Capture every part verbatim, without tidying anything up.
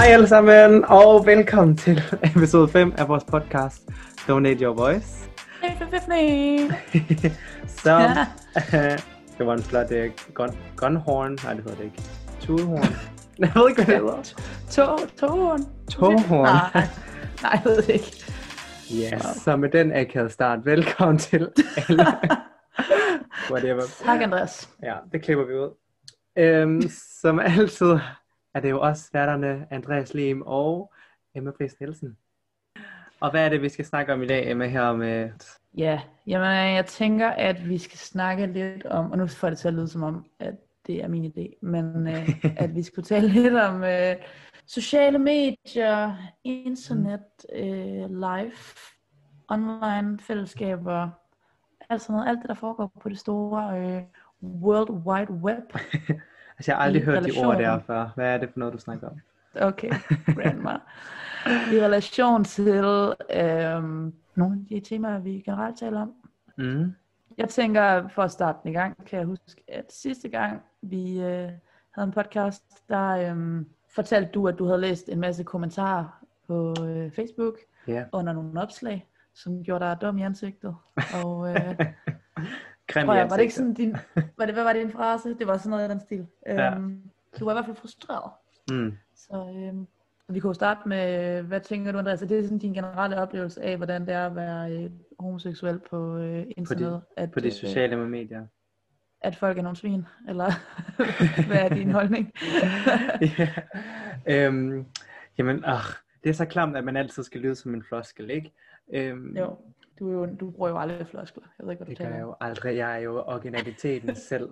Hej alle sammen, og velkommen til episode fem af vores podcast, Donate Your Voice. Som, uh, det var en flot uh, gun, gunhorn, nej det hedder det ikke, tudehorn. Jeg ved ikke, hvad det hedder. Toghorn. Toghorn. Nej, nej, jeg ved det ikke. Yes, wow. Så med den akavede start, velkommen til alle. Whatever. Tak Andreas. Ja, det klipper vi ud. Um, som altid er det jo også værterne Andreas Lehm og Emma Friis Nielsen. Og hvad er det, vi skal snakke om i dag, Emma, her med? Ja, jamen jeg tænker, at vi skal snakke lidt om, og nu får det til at lyde som om, at det er min idé, men øh, at vi skulle tale lidt om øh, sociale medier, internet, øh, live, online fællesskaber, alt sådan noget, alt det der foregår på det store øh, World Wide Web. Altså jeg har aldrig hørt relation. De ord der før. Hvad er det for noget, du snakker om? Okay, grandma. I relation til øhm, nogle af de temaer, vi generelt taler om. Mm. Jeg tænker, for at starte den i gang, kan jeg huske, at sidste gang vi øh, havde en podcast, der øh, fortalte du, at du havde læst en masse kommentarer på øh, Facebook yeah. under nogle opslag, som gjorde dig dum i ansigtet. Og øh, Krem jeg, var det ikke sådan din, var det, hvad var din frase? Det var sådan noget i den stil. Ja. Øhm, du var i hvert fald frustreret. Mm. Så øhm, vi kunne starte med, hvad tænker du, Andreas? Det er sådan din generelle oplevelse af, hvordan det er at være øh, homoseksuel på øh, internet. På de, at, på de sociale øh, medier. At folk er nogle svin, eller hvad er din holdning? ja. øhm, jamen, øh, det er så klamt, at man altid skal lyde som en floskel, ikke? Øhm, jo, du, jo, du bruger jo aldrig floskler. Jeg ved ikke, hvad du det taler gør jeg om. jo aldrig. Jeg er jo originaliteten selv.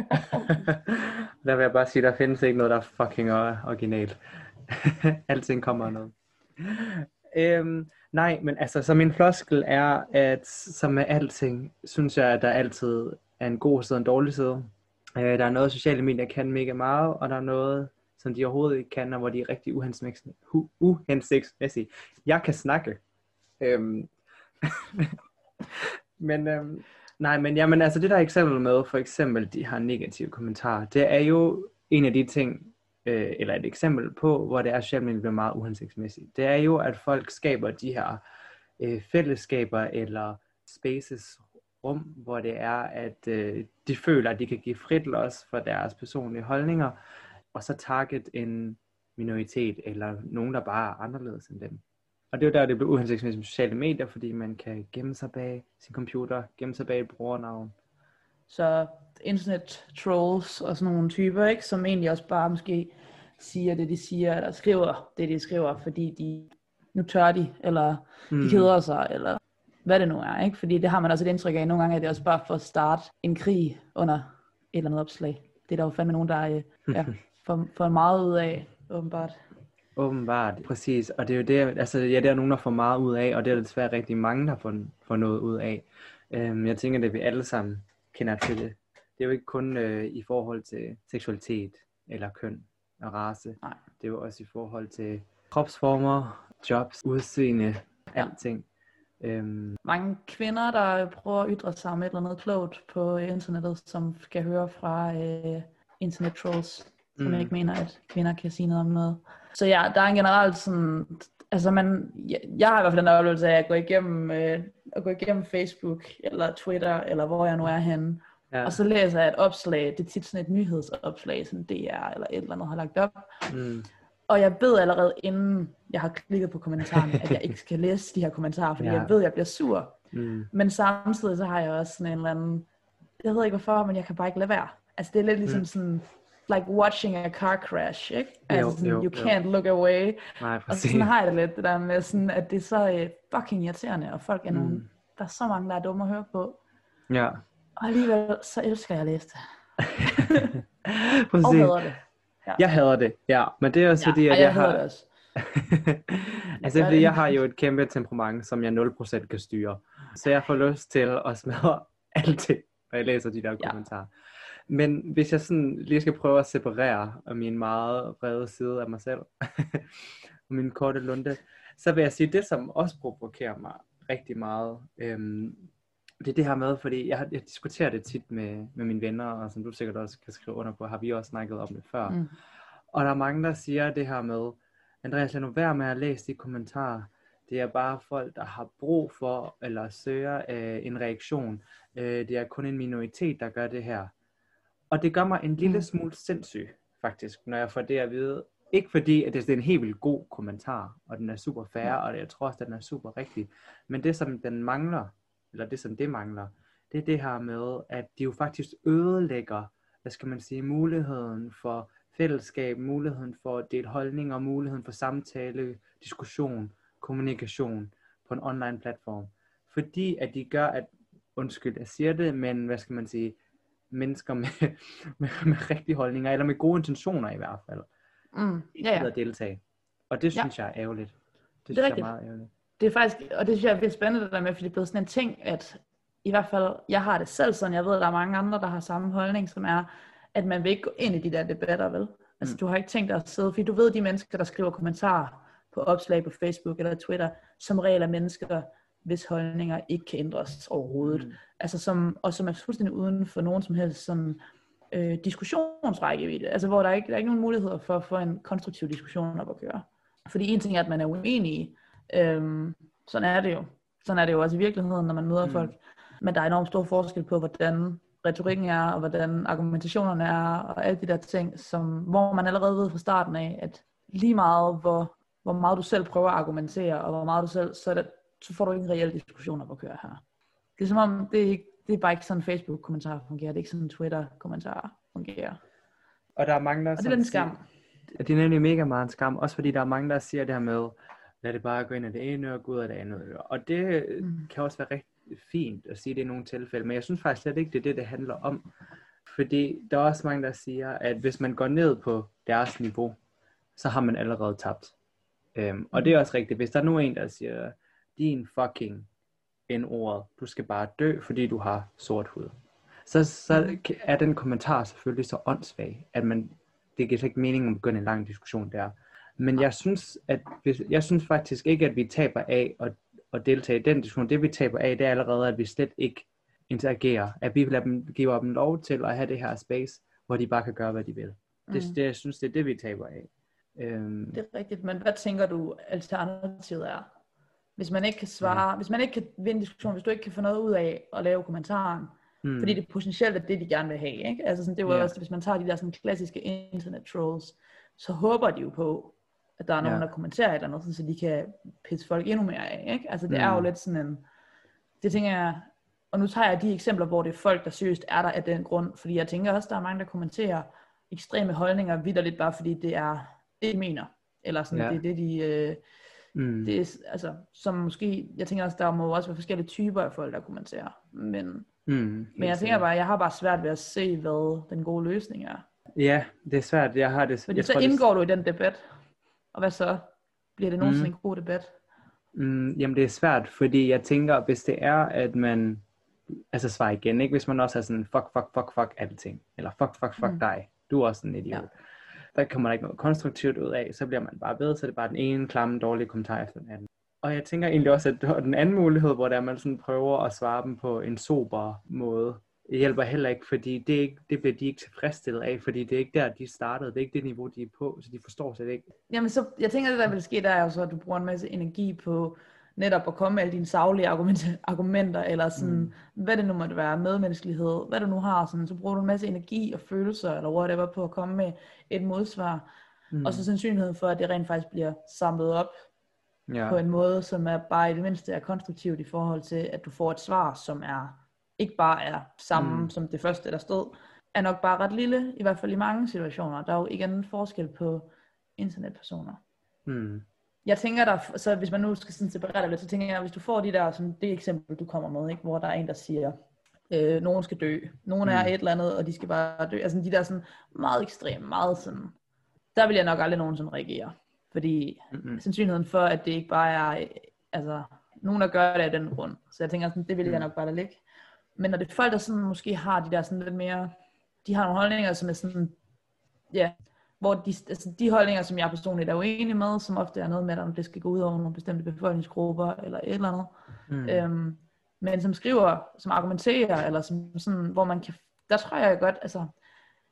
Der vil jeg bare sige, der findes ikke noget, der er fucking originalt. Alting kommer af noget. Øhm, nej, men altså, så min floskel er, at som med alting, synes jeg, at der altid er en god side og en dårlig side. Øh, der er noget, sociale medier kan mega meget, og der er noget, som de overhovedet ikke kan, og hvor de er rigtig uhensigtsmæssige. Uh, uhensigtsmæssige. Jeg kan snakke. Øhm. men øhm, nej, men jamen, altså det der er eksempel med, for eksempel de her negative kommentarer, det er jo en af de ting, øh, eller et eksempel på, hvor det er socialt medier bliver meget uhensigtsmæssigt. Det er jo, at folk skaber de her øh, fællesskaber eller spaces, rum, hvor det er, at øh, de føler, at de kan give frit los for deres personlige holdninger, og så target en minoritet, eller nogen, der bare er anderledes end dem. Og det er jo der, det bliver uhensigtsmæssigt med sociale medier, fordi man kan gemme sig bag sin computer, gemme sig bag et brugernavn. Så internet trolls og sådan nogle typer, ikke, som egentlig også bare måske siger det, de siger, eller skriver det, de skriver, fordi de nu tør de, eller mm. de keder sig, eller hvad det nu er, ikke? Fordi det har man også et indtryk af. Nogle gange er det også bare for at starte en krig under et eller andet opslag. Det er der jo fandme nogen, der er, ja, får, får meget ud af, åbenbart. Åbenbart, præcis. Og det er jo det, altså ja, der er nogen, der får meget ud af, og det er desværre rigtig mange, der får, får noget ud af. Øhm, jeg tænker, at vi alle sammen kender til det. Det er jo ikke kun øh, i forhold til seksualitet, eller køn og race. Nej. Det er jo også i forhold til kropsformer, jobs, udseende, ja. Alting. Øhm. Mange kvinder, der prøver at ytre sig med et eller andet klogt på internettet, som skal høre fra øh, internet trolls, som mm. ikke mener, at kvinder kan sige noget om noget. Så ja, der er en generelt sådan, altså man, jeg, jeg har i hvert fald den oplevelse af at gå igennem, øh, at gå igennem Facebook, eller Twitter, eller hvor jeg nu er henne, ja. Og så læser jeg et opslag, det er tit sådan et nyhedsopslag, som D R eller et eller andet har lagt op, mm. og jeg ved allerede inden jeg har klikket på kommentarerne, at jeg ikke skal læse de her kommentarer, fordi ja. Jeg ved, at jeg bliver sur, mm. men samtidig så har jeg også sådan en eller anden, jeg ved ikke hvorfor, men jeg kan bare ikke lade være. Altså det er lidt ligesom mm. sådan, like watching a car crash, ikke? Altså sådan, jo, jo, you can't jo. Look away. Nej, og så sådan har jeg det lidt, det der med sådan, at det er så uh, fucking irriterende, og folk er nogle, mm. der er så mange, der er dumme at høre på. Ja. Og alligevel, så elsker jeg at læse det. Præcis. Og hader det. Ja. Jeg hader det, ja. Men det er også ja, fordi, at jeg, jeg har... det også. altså fordi jeg har jo et kæmpe temperament, som jeg nul procent kan styre. Så jeg får lyst til at smadre alting, når jeg læser de der ja. Kommentarer. Men hvis jeg sådan lige skal prøve at separere min meget brede side af mig selv, og min korte lunde, så vil jeg sige, det som også provokerer mig rigtig meget, øhm, det er det her med, fordi jeg, jeg diskuterer det tit med, med mine venner, og som du sikkert også kan skrive under på, har vi også snakket om det før. Mm. Og der er mange, der siger det her med, Andreas, lad nu være med at læse de kommentarer. Det er bare folk, der har brug for eller søger øh, en reaktion. Øh, det er kun en minoritet, der gør det her. Og det gør mig en lille smule sindssyg, faktisk, når jeg får det at vide. Ikke fordi, at det er en helt vildt god kommentar, og den er super fair, og jeg tror også, at den er super rigtig. Men det, som den mangler, eller det, som det mangler, det er det her med, at de jo faktisk ødelægger, hvad skal man sige, muligheden for fællesskab, muligheden for at dele holdninger, muligheden for samtale, diskussion, kommunikation på en online platform. Fordi at de gør, at, undskyld, jeg siger det, men hvad skal man sige, mennesker med, med, med rigtige holdninger, eller med gode intentioner i hvert fald, mm, ja, ja. at deltage. Og det synes ja. jeg er ærgerligt. Det, det er synes rigtigt. jeg er meget ærgerligt. Det er faktisk, og det synes jeg er virkelig spændende det der med, fordi det er blevet sådan en ting, at i hvert fald, jeg har det selv sådan, jeg ved, at der er mange andre, der har samme holdning, som er, at man vil ikke gå ind i de der debatter, vel? Altså, mm. du har ikke tænkt dig at sidde, fordi du ved, de mennesker, der skriver kommentarer på opslag på Facebook eller Twitter, som regel er mennesker, hvis holdninger ikke kan ændres overhovedet. Mm. Altså, som, og som er fuldstændig uden for nogen som helst sådan, øh, diskussionsrækkevidde. Altså, hvor der ikke der er ikke nogen muligheder for at få en konstruktiv diskussion op at køre. Fordi en ting er, at man er uenig. Øhm, sådan er det jo. Sådan er det jo også i virkeligheden, når man møder mm. folk. Men der er enormt stor forskel på, hvordan retorikken er, og hvordan argumentationerne er, og alle de der ting, som, hvor man allerede ved fra starten af, at lige meget, hvor, hvor meget du selv prøver at argumentere, og hvor meget du selv, så, det, så får du ikke en reel diskussion op at køre her. Det er som om, det er, ikke, det er bare ikke sådan Facebook-kommentarer fungerer, det er ikke sådan Twitter-kommentarer fungerer. Og der er mange, der og det er en skam. Siger, det er nemlig mega meget en skam, også fordi der er mange, der siger det her med, lad det bare gå ind i det ene øre, gå ud af det andet øre. Og det mm. kan også være rigtig fint at sige det i nogle tilfælde, men jeg synes faktisk slet ikke, det er det, det handler om. Fordi der er også mange, der siger, at hvis man går ned på deres niveau, så har man allerede tabt. Um, og det er også rigtigt. Hvis der er nu en, der siger, din fucking n-ordet, du skal bare dø, fordi du har sort hud, så, så er den kommentar selvfølgelig så åndssvag, at man, det giver ikke mening at begynde en lang diskussion der. Men jeg synes, at hvis, jeg synes faktisk ikke, at vi taber af at, at deltage i den diskussion. Det vi taber af, det er allerede, at vi slet ikke interagerer. At vi dem, giver dem lov til at have det her space, hvor de bare kan gøre, hvad de vil. Mm. Det, det, jeg synes, det er det, vi taber af. Um, det er rigtigt, men hvad tænker du alternativet er? Hvis man ikke kan svare, ja. hvis man ikke kan vinde diskussion, hvis du ikke kan få noget ud af at lave kommentaren, mm. fordi det potentielt er det, de gerne vil have, ikke? Altså sådan, det var ja. også, hvis man tager de der sådan klassiske internet trolls, så håber de jo på, at der er nogen, ja. der kommenterer eller noget, så de kan pisse folk endnu mere af, ikke? Altså det mm. er jo lidt sådan en, det tænker jeg, og nu tager jeg de eksempler, hvor det er folk, der seriøst er der af den grund, fordi jeg tænker også, der er mange, der kommenterer ekstreme holdninger vitterligt bare fordi det er det, de mener, eller sådan, ja. det er det, de, øh, mm. det er, altså, som måske, jeg tænker også, der må også være forskellige typer af folk, der kommenterer, men, mm, men jeg tænker bare, jeg har bare svært ved at se, hvad den gode løsning er. Ja, det er svært, jeg har det. Fordi jeg så tror, indgår det... du i den debat, og hvad så? Bliver det nogensinde mm. en god debat? Mm, jamen det er svært, fordi jeg tænker, hvis det er, at man, altså svarer igen, ikke? Hvis man også har sådan, fuck, fuck, fuck, fuck alting, eller fuck, fuck, fuck mm. dig, du er også en idiot. Ja. Der kommer der ikke noget konstruktivt ud af, så bliver man bare ved, så det er bare den ene klamme, dårlige kommentar efter den anden. Og jeg tænker egentlig også, at den anden mulighed, hvor der man sådan prøver at svare dem på en sober måde, det hjælper heller ikke, fordi det, ikke, det bliver de ikke tilfredsstillet af, fordi det er ikke der, de startede, det er ikke det niveau, de er på, så de forstår sig det ikke. Jamen så, jeg tænker, det der vil ske, der er jo så, at du bruger en masse energi på netop at komme med alle dine saglige argumenter, argumenter eller sådan, mm. hvad det nu måtte være, medmenneskelighed, hvad du nu har, sådan, så bruger du en masse energi og følelser, eller whatever, på at komme med et modsvar, mm. og så sandsynligheden for, at det rent faktisk bliver samlet op ja. på en måde, som er bare i det mindste er konstruktivt i forhold til, at du får et svar, som er ikke bare er samme mm. som det første, der stod, er nok bare ret lille, i hvert fald i mange situationer. Der er jo ikke anden forskel på internetpersoner. Mm. Jeg tænker der, så hvis man nu skal sådan separere det lidt, så tænker jeg, hvis du får de der, sådan det eksempel, du kommer med, ikke, hvor der er en, der siger, øh, nogen skal dø, nogen er mm. et eller andet, og de skal bare dø, altså de der sådan meget ekstreme, meget sådan, der vil jeg nok aldrig nogensinde reagere, fordi mm-hmm. sandsynligheden for, at det ikke bare er, altså, nogen der gør det af den grund, så jeg tænker sådan, det vil jeg nok bare lade ligge. Men når det er folk, der sådan måske har de der sådan lidt mere, de har nogle holdninger, som er sådan, ja, hvor de, altså de holdninger, som jeg personligt er uenig med, som ofte er noget med, om det skal gå ud over nogle bestemte befolkningsgrupper, eller et eller andet, mm. øhm, men som skriver, som argumenterer, eller som sådan, hvor man kan, der tror jeg godt, altså,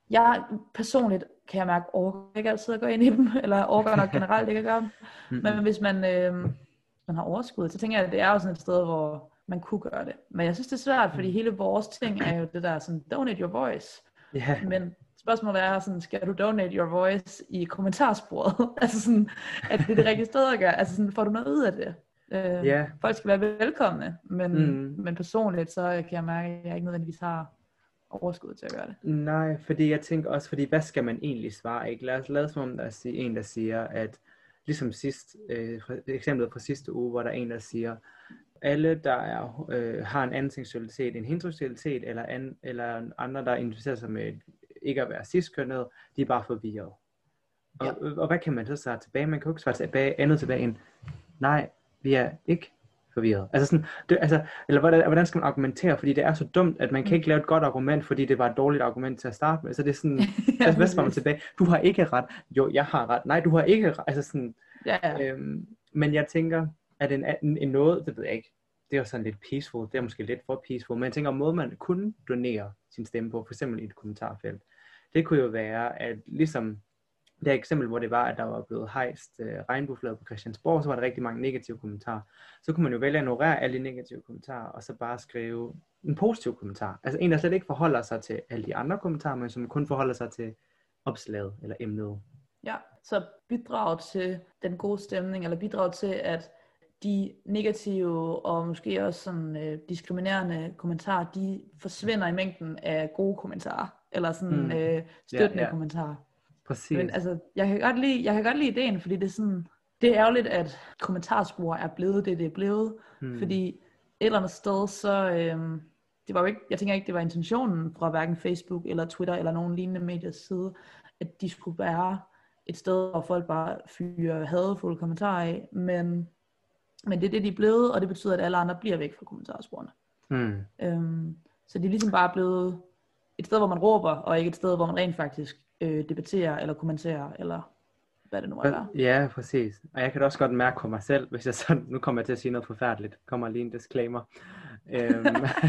Jeg personligt kan jeg mærke, overgår ikke altid at gå ind i dem, eller overgår nok generelt ikke at gøre dem. Men hvis man, øh, man har overskud, så tænker jeg, at det er jo sådan et sted, hvor man kunne gøre det. Men jeg synes, det er svært, fordi hele vores ting er jo det der sådan, donate your voice. Yeah. Men spørgsmålet er sådan, skal du donate your voice i kommentarsporet? Altså sådan, at det er det rigtige sted at gøre. Altså sådan, får du noget ud af det? Øh, yeah. Folk skal være velkomne, men, mm. men personligt, så kan jeg mærke, at jeg ikke nødvendigvis har overskud til at gøre det. Nej, fordi jeg tænker også, fordi hvad skal man egentlig svare, ikke? Lad os lade som om, der er en, der siger, at ligesom sidst, øh, eksemplet fra sidste uge, hvor der er en, der siger, alle, der er, øh, har en anden seksualitet end heteroseksualitet, eller, an, eller andre, der identificerer sig med ikke at være cis-kønnet, de er bare forvirret. Og, ja. og, og hvad kan man så svare tilbage? Man kan jo ikke svare tilbage, andet tilbage end, nej, vi er ikke forvirret. Altså sådan, det, altså, eller hvordan, hvordan skal man argumentere? Fordi det er så dumt, at man kan ikke lave et godt argument, fordi det var et dårligt argument til at starte med. Så det er sådan, ja, altså, hvad svarer man tilbage? Du har ikke ret. Jo, jeg har ret. Nej, du har ikke ret. Altså sådan, ja, ja. Øhm, men jeg tænker, at en, en, en noget, det ved jeg ikke, det er jo sådan lidt peaceful, det er måske lidt for peaceful, men jeg tænker, en måde man kunne donere sin stemme på, for eksempel i et kommentarfelt, det kunne jo være, at ligesom det eksempel, hvor det var, at der var blevet hejst uh, regnbueflaget på Christiansborg, så var der rigtig mange negative kommentarer. Så kunne man jo vælge at ignorere alle de negative kommentarer, og så bare skrive en positiv kommentar. Altså en, der slet ikke forholder sig til alle de andre kommentarer, men som kun forholder sig til opslaget eller emnet. Ja, så bidrag til den gode stemning, eller bidrag til, at de negative og måske også sådan, øh, diskriminerende kommentarer, de forsvinder i mængden af gode kommentarer, eller sådan mm. øh, støttende ja, ja. kommentarer. Præcis. Men altså, jeg kan godt lide, jeg kan godt lide ideen, fordi det er sådan, det er ærgerligt, at kommentarspor er blevet det, det er blevet, mm. fordi et eller andet sted, så, øh, det var jo ikke, jeg tænker ikke, det var intentionen fra hverken Facebook eller Twitter eller nogen lignende mediers side, at de skulle være et sted, hvor folk bare fyrer hadefulde kommentarer af, men, men det er det, de er blevet, og det betyder, at alle andre bliver væk fra kommentarsporene. Mm. Øhm, så det er ligesom bare blevet et sted, hvor man råber, og ikke et sted, hvor man rent faktisk øh, debatterer, eller kommenterer, eller hvad det nu er. Ja, præcis. Og jeg kan da også godt mærke på mig selv, hvis jeg sådan, nu kommer jeg til at sige noget forfærdeligt, kommer lige en disclaimer. øhm,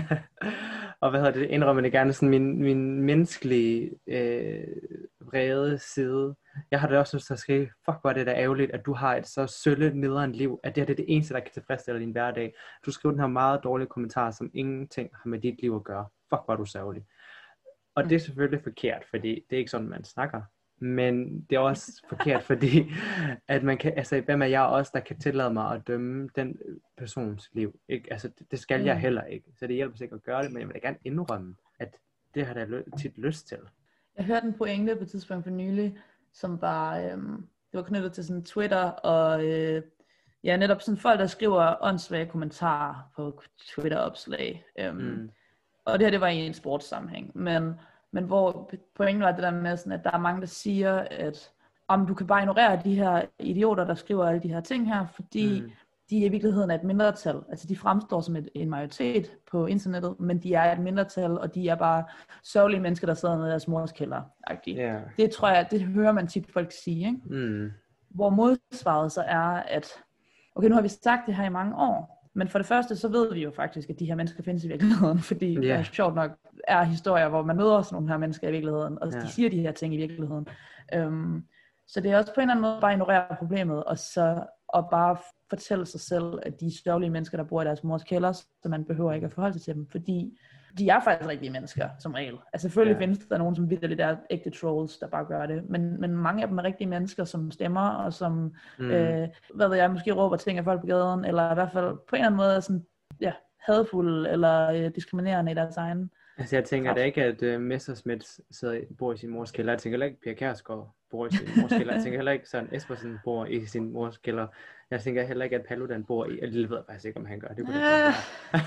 og hvad hedder det, indrømmer det gerne sådan min, min menneskelige øh, vrede side. Jeg har da også lyst til at skrive, fuck hvor er det da ærgerligt, at du har et så sølle nederen liv, at det her det er det eneste, der kan tilfredsstille din hverdag. Du skriver den her meget dårlige kommentar, som ingenting har med dit liv at gøre. Fuck hvor er du sørgelig. Og det er selvfølgelig forkert, fordi det er ikke sådan, man snakker. Men det er også forkert, fordi at man kan, altså hvem er jeg også, der kan tillade mig at dømme den persons liv, ikke? Altså det, det skal jeg heller ikke, så det hjælper sikkert at gøre det, men jeg vil da gerne indrømme, at det har jeg lø- tit lyst til. Jeg hørte en pointe på et tidspunkt for nylig, som var, øhm, det var knyttet til sådan Twitter, og øh, ja, netop sådan folk, der skriver åndssvage kommentarer på Twitter-opslag. Øhm, mm. Og det her, det var i en sportssammenhæng, men Men hvor pointen var det der med, sådan, at der er mange, der siger, at om du kan bare ignorere de her idioter, der skriver alle de her ting her, fordi mm. de i virkeligheden er et mindretal. Altså de fremstår som et, en majoritet på internettet, men de er et mindretal, og de er bare sørgelige mennesker, der sidder nede i deres mors kælder. Yeah. Det tror jeg, det hører man tit folk sige. Ikke? Mm. Hvor modsvaret så er, at okay, nu har vi sagt det her i mange år, men for det første, så ved vi jo faktisk, at de her mennesker findes i virkeligheden, fordi yeah. det sjovt nok er historier, hvor man møder sådan nogle her mennesker i virkeligheden, og yeah. de siger de her ting i virkeligheden. Um, så det er også på en eller anden måde bare at ignorere problemet, og så og bare fortælle sig selv, at de sørgelige mennesker, der bor i deres mors kælder, så man behøver ikke at forholde sig til dem, fordi de er faktisk rigtige mennesker, som regel. Altså selvfølgelig yeah. findes der nogen, som virkelig er ægte trolls, der bare gør det, men, men mange af dem er rigtige mennesker, som stemmer, og som, mm. øh, hvad ved jeg, måske råber ting af folk på gaden, eller i hvert fald på en eller anden måde er sådan, ja, hadfulde, eller øh, diskriminerende i deres egen. Altså jeg tænker da ikke, at uh, Messerschmidt sidder, bor i sin mors kælder. Jeg tænker heller ikke, Pia Kjærsgaard bor i sin mors kælder. Jeg tænker heller ikke, Søren Espersen bor i sin mors kælder. Jeg tænker heller ikke, at Paludan bor i, det ved jeg faktisk ikke, om han gør. Det kunne det uh,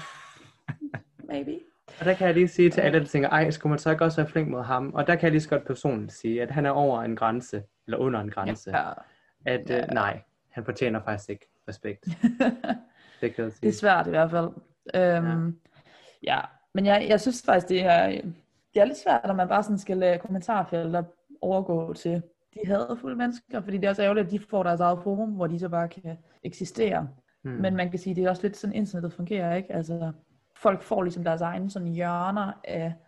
maybe. Og der kan jeg lige sige til alle, der tænker, ej, skulle man så ikke også være flink mod ham? Og der kan jeg lige så godt personligt sige, at han er over en grænse, eller under en grænse. Ja. At ja. Uh, nej, han fortjener faktisk ikke respekt. Det kan jeg sige. Det er svært i hvert fald. Øhm, ja. ja, men jeg, jeg synes faktisk, det er, det er lidt svært, når man bare sådan skal lade kommentarfelter overgå til de hadefulde mennesker, fordi det er også ærgerligt, at de får deres eget forum, hvor de så bare kan eksistere. Hmm. Men man kan sige, det er også lidt sådan, internettet fungerer, ikke? Altså, folk får ligesom deres egne sådan hjørner af,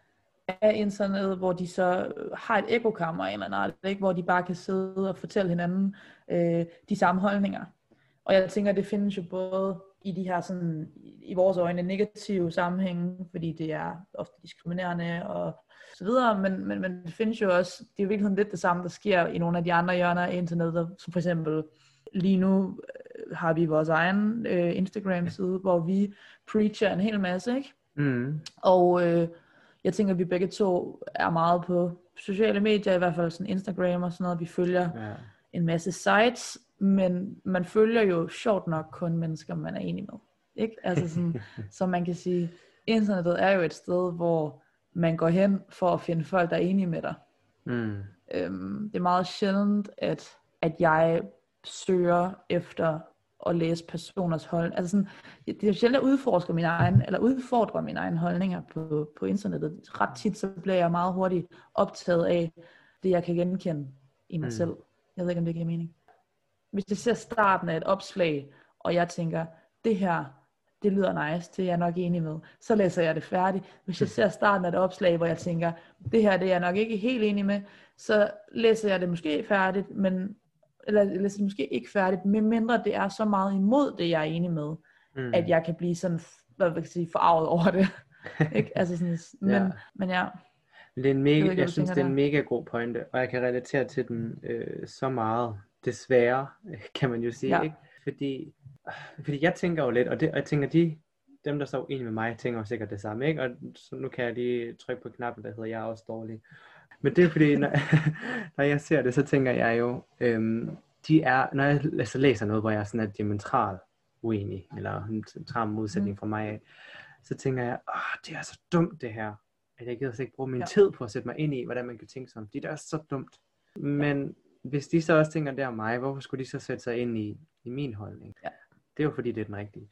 af internettet, hvor de så har et ekokammer af en eller anden art, ikke? Hvor de bare kan sidde og fortælle hinanden øh, de samme holdninger. Og jeg tænker, det findes jo både i de her sådan, i vores øjne negative sammenhænge, fordi det er ofte diskriminerende og så videre, men, men, men det findes jo også, det er jo virkelig lidt det samme, der sker i nogle af de andre hjørner af internettet, som for eksempel lige nu øh, har vi vores egen øh, Instagram-side, hvor vi preacher en hel masse, ikke? Mm. Og øh, jeg tænker, at vi begge to er meget på sociale medier, i hvert fald sådan Instagram og sådan noget, vi følger ja. en masse sites, men man følger jo sjovt nok kun mennesker, man er enig med. Ikke? Altså sådan, så man kan sige, internettet er jo et sted, hvor man går hen for at finde folk, der er enige med dig. Mm. Øhm, det er meget sjældent, at, at jeg søger efter at læse personers holdning. Altså sådan, det er sjældent at udforske min egen, eller udfordre mine egne holdninger på, på internettet. Ret tit så bliver jeg meget hurtigt optaget af det, jeg kan genkende i mig mm. selv. Jeg ved ikke, om det giver mening. Hvis jeg ser starten af et opslag, og jeg tænker, det her, det lyder nice, det er jeg nok enig med, så læser jeg det færdigt. Hvis jeg ser starten af et opslag, hvor jeg tænker, det her, det er jeg nok ikke helt enig med, så læser jeg det måske færdigt, men eller læser det måske ikke færdigt, medmindre det er så meget imod det, jeg er enig med, mm. at jeg kan blive sådan, hvad vil jeg sige, forarvet over det. Ikke? Altså sådan, men, ja. men ja. Det er en mega, jeg, jeg synes, det er en mega god pointe, og jeg kan relatere til den øh, så meget. Desværre, kan man jo sige, ja. ikke? Fordi, fordi jeg tænker jo lidt, og, det, og jeg tænker, de, dem der så er enige med mig, tænker jo sikkert det samme, ikke? Og så nu kan jeg lige trykke på knappen, der hedder, jeg er også dårlig. Men det er fordi, når, når jeg ser det, så tænker jeg jo, øhm, de er, når jeg altså, læser noget, hvor jeg er sådan er diametral uenig, eller en diametral modsætning fra mig af, så tænker jeg, åh, det er så dumt det her, at jeg gider så ikke bruge min ja. tid på at sætte mig ind i, hvordan man kan tænke sådan, fordi det er så dumt. Men ja. hvis de så også tænker, det er mig, hvorfor skulle de så sætte sig ind i, i min holdning? Ja. Det er jo fordi, det er den rigtige.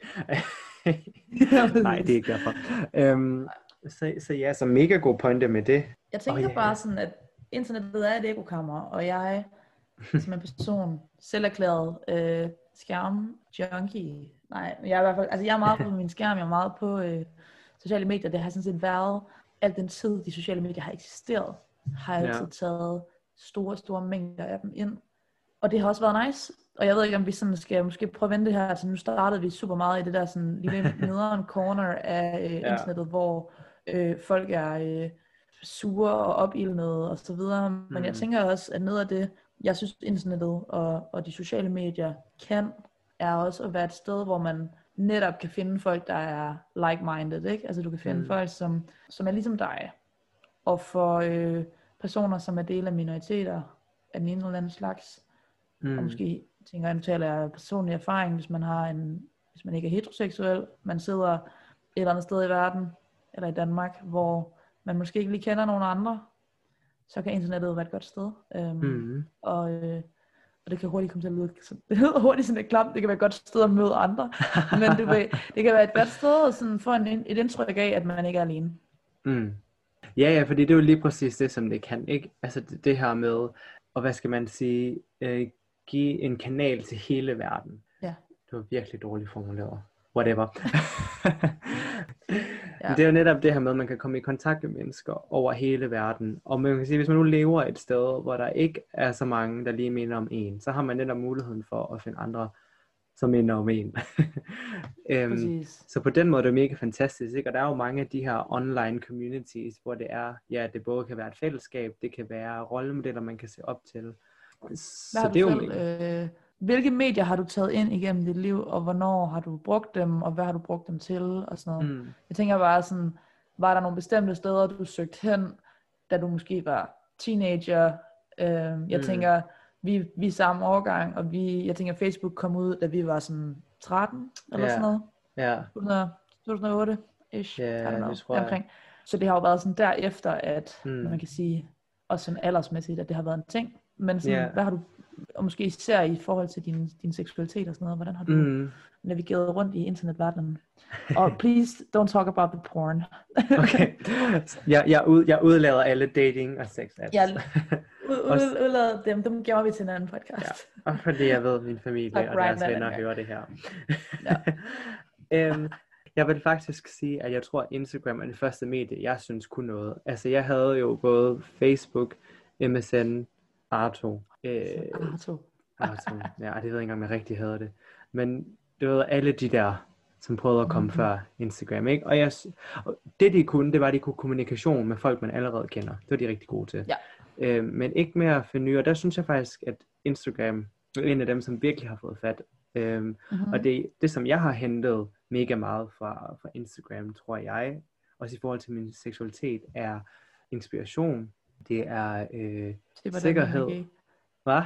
Nej, det er ikke derfor. Øhm, så, så ja, så mega god pointe med det. Jeg tænker oh, yeah. bare sådan, at internettet er et ekokammer, og jeg som en person selv erklæret øh, skærm-junkie. Nej, jeg er i hvert fald, altså jeg er meget på min skærm, jeg er meget på øh, sociale medier. Det har sådan set været, al den tid de sociale medier har eksisteret, har jeg altid ja. taget store, store mængder af dem ind. Og det har også været nice. Og jeg ved ikke, om vi sådan skal måske prøve at vende det her. Altså nu startede vi super meget i det der sådan lille nederen corner af øh, ja. internettet, hvor øh, folk er øh, sure og opildnede og så videre. Men mm. jeg tænker også, at noget af det, jeg synes internettet og, og de sociale medier kan, er også at være et sted, hvor man netop kan finde folk, der er like-minded, ikke? Altså du kan finde mm. folk, som, som er ligesom dig. Og for øh, personer, som er del af minoriteter af den ene eller anden slags, mm. og måske tænker jeg, nu taler jeg personlig erfaring, hvis man har en, hvis man ikke er heteroseksuel, man sidder et eller andet sted i verden, eller i Danmark, hvor man måske ikke lige kender nogen andre, så kan internettet være et godt sted. Øhm, mm. og, øh, og det kan hurtigt komme til at lyde, det lyder hurtigt sådan et klamt, det kan være et godt sted at møde andre, men det, vil, det kan være et godt sted at sådan få en, et indtryk af, at man ikke er alene. Mm. Ja, ja, fordi det er jo lige præcis det, som det kan, ikke? Altså det, det her med, og hvad skal man sige, øh, give en kanal til hele verden. Ja. Det var virkelig dårligt formuleret. Whatever. Ja. Det er jo netop det her med, at man kan komme i kontakt med mennesker over hele verden. Og man kan sige, hvis man nu lever et sted, hvor der ikke er så mange, der lige minder om en, så har man netop muligheden for at finde andre, som minder om en. øhm, så på den måde det er det mega fantastisk, ikke? Og der er jo mange af de her online communities, hvor det er, ja, det både kan være et fællesskab, det kan være rollemodeller, man kan se op til. Så det er jo selv, øh, hvilke medier har du taget ind igennem dit liv, og hvornår har du brugt dem, og hvad har du brugt dem til, og sådan noget. Mm. Jeg tænker bare sådan, var der nogle bestemte steder, du søgte hen, da du måske var teenager? Øh, jeg mm. tænker, vi, vi er samme årgang, og vi, jeg tænker, Facebook kom ud, da vi var sådan tretten, eller yeah. sådan noget. Ja. to tusind og otte-ish. Ja, yeah, det tror jeg. Omkring. Så det har jo været sådan derefter, at mm. man kan sige, også sådan aldersmæssigt, at det har været en ting. Men sådan, yeah. hvad har du, og måske især i forhold til din, din seksualitet og sådan noget, hvordan har du mm. navigeret rundt i internetverdenen? Og please don't talk about the porn. Okay. Jeg, jeg, ud, jeg udlader alle dating og sex apps. Jeg ud, ud, udlader dem, dem gemmer vi til en anden podcast. Ja. Og fordi jeg ved, at min familie og deres venner hører det her. Ja. øhm, Jeg vil faktisk sige, at jeg tror, at Instagram er det første medie, jeg synes kunne noget. Altså, jeg havde jo både Facebook, M S N, Arto. Øh, Arto. Arto. Ja, det ved jeg ikke engang, om jeg rigtig havde det. Men det var alle de der, som prøvede at komme mm-hmm. før Instagram, ikke? Og, jeg, og det de kunne, det var, at de kunne kommunikation med folk, man allerede kender. Det var de rigtig gode til. Ja. Øh, men ikke mere for nye. Og der synes jeg faktisk, at Instagram er en af dem, som virkelig har fået fat. Øh, mm-hmm. Og det, det, som jeg har hentet mega meget fra, fra Instagram, tror jeg, også i forhold til min seksualitet, er inspiration. Det er øh, det sikkerhed. Hvad?